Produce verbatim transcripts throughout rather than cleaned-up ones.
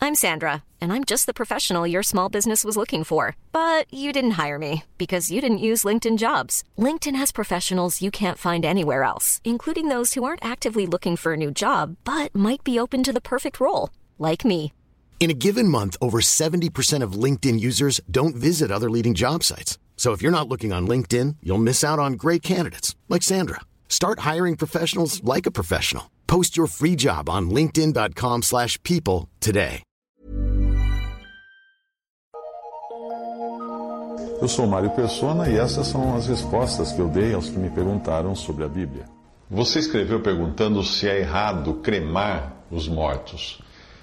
I'm Sandra, and I'm just the professional your small business was looking for. But you didn't hire me because you didn't use LinkedIn Jobs. LinkedIn has professionals you can't find anywhere else, including those who aren't actively looking for a new job, but might be open to the perfect role, like me. In a given month, over seventy percent of LinkedIn users don't visit other leading job sites. So if you're not looking on LinkedIn, you'll miss out on great candidates like Sandra. Start hiring professionals like a professional. Post your free job on linkedin dot com slash people today. Eu sou Mário Persona e essas são as respostas que eu dei aos que me perguntaram sobre a Bíblia. Você escreveu perguntando se é errado cremar os mortos.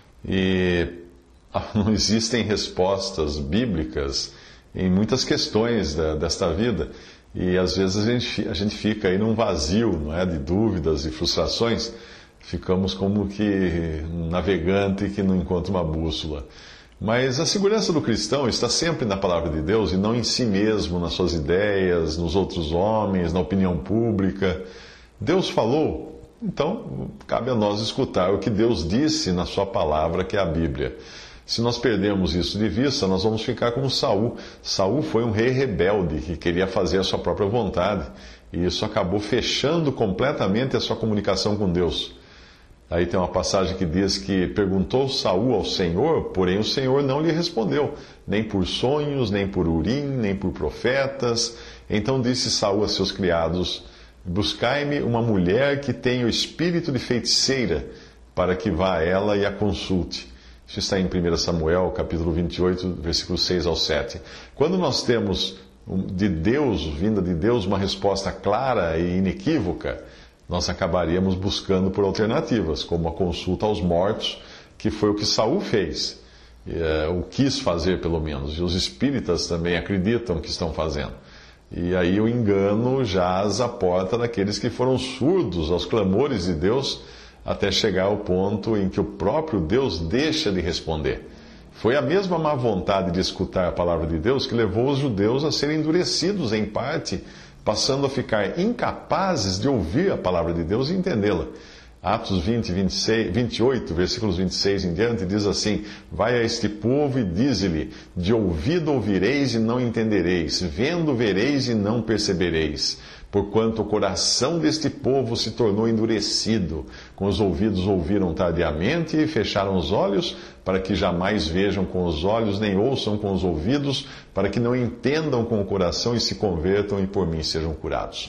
E não existem respostas bíblicas em muitas questões da, desta vida. E às vezes a gente, a gente fica aí num vazio, não é, de dúvidas e frustrações. Ficamos como que um navegante que não encontra uma bússola. Mas a segurança do cristão está sempre na palavra de Deus e não em si mesmo, nas suas ideias, nos outros homens, na opinião pública. Deus falou, então cabe a nós escutar o que Deus disse na sua palavra, que é a Bíblia. Se nós perdemos isso de vista, nós vamos ficar como Saul. Saul foi um rei rebelde que queria fazer a sua própria vontade. E isso acabou fechando completamente a sua comunicação com Deus. Aí tem uma passagem que diz que perguntou Saul ao Senhor, porém o Senhor não lhe respondeu, nem por sonhos, nem por urim, nem por profetas. Então disse Saul a seus criados: buscai-me uma mulher que tenha o espírito de feiticeira, para que vá a ela e a consulte. Isso está em primeiro Samuel, capítulo vinte e oito, versículos seis ao sete. Quando nós temos de Deus, vinda de Deus, uma resposta clara e inequívoca, nós acabaríamos buscando por alternativas, como a consulta aos mortos, que foi o que Saul fez, é, o quis fazer pelo menos, e os espíritas também acreditam que estão fazendo. E aí o engano jaz à porta daqueles que foram surdos aos clamores de Deus, até chegar ao ponto em que o próprio Deus deixa de responder. Foi a mesma má vontade de escutar a palavra de Deus que levou os judeus a serem endurecidos em parte, passando a ficar incapazes de ouvir a palavra de Deus e entendê-la. Atos vinte, vinte e seis, vinte e oito, versículos vinte e seis em diante, diz assim: vai a este povo e dize-lhe, de ouvido ouvireis e não entendereis, vendo vereis e não percebereis, porquanto o coração deste povo se tornou endurecido, com os ouvidos ouviram tardiamente e fecharam os olhos, para que jamais vejam com os olhos, nem ouçam com os ouvidos, para que não entendam com o coração e se convertam e por mim sejam curados.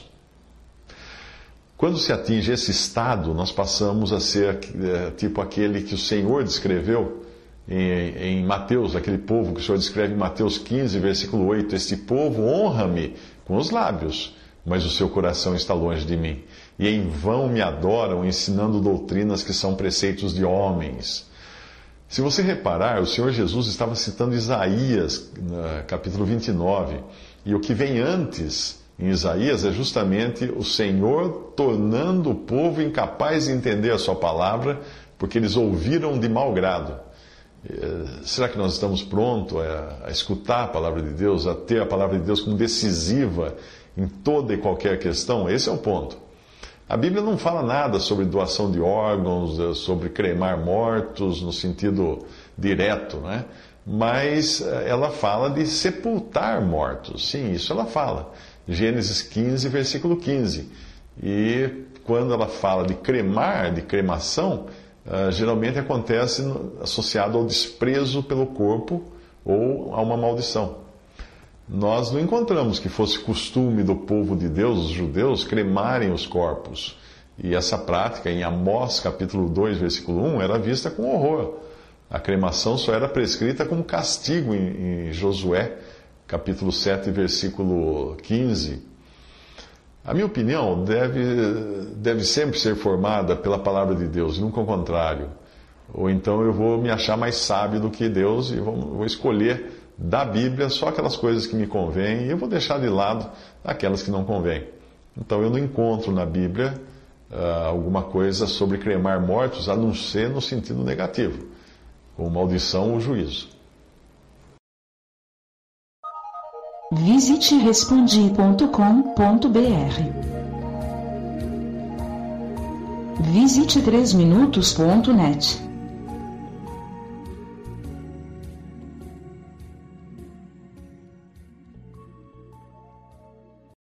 Quando se atinge esse estado, nós passamos a ser é, tipo aquele que o Senhor descreveu em, em Mateus, aquele povo que o Senhor descreve em Mateus quinze, versículo oito, este povo honra-me com os lábios, mas o seu coração está longe de mim. E em vão me adoram, ensinando doutrinas que são preceitos de homens. Se você reparar, o Senhor Jesus estava citando Isaías, capítulo vinte e nove. E o que vem antes, em Isaías, é justamente o Senhor tornando o povo incapaz de entender a sua palavra, porque eles ouviram de mau grado. Será que nós estamos prontos a escutar a palavra de Deus, a ter a palavra de Deus como decisiva em toda e qualquer questão? Esse é o ponto. A Bíblia não fala nada sobre doação de órgãos, sobre cremar mortos, no sentido direto, né? Mas ela fala de sepultar mortos. Sim, isso ela fala. Gênesis quinze, versículo quinze. E quando ela fala de cremar, de cremação, uh, geralmente acontece no, associado ao desprezo pelo corpo ou a uma maldição. Nós não encontramos que fosse costume do povo de Deus, os judeus, cremarem os corpos. E essa prática, em Amós, capítulo dois, versículo um, era vista com horror. A cremação só era prescrita como castigo em, em Josué, capítulo sete, versículo quinze. A minha opinião deve, deve sempre ser formada pela palavra de Deus, nunca ao contrário. Ou então eu vou me achar mais sábio do que Deus e vou, vou escolher da Bíblia só aquelas coisas que me convêm e eu vou deixar de lado aquelas que não convêm. Então eu não encontro na Bíblia uh, alguma coisa sobre cremar mortos, a não ser no sentido negativo, com maldição ou juízo. Visite respondi ponto com ponto br. Visite três minutos ponto net.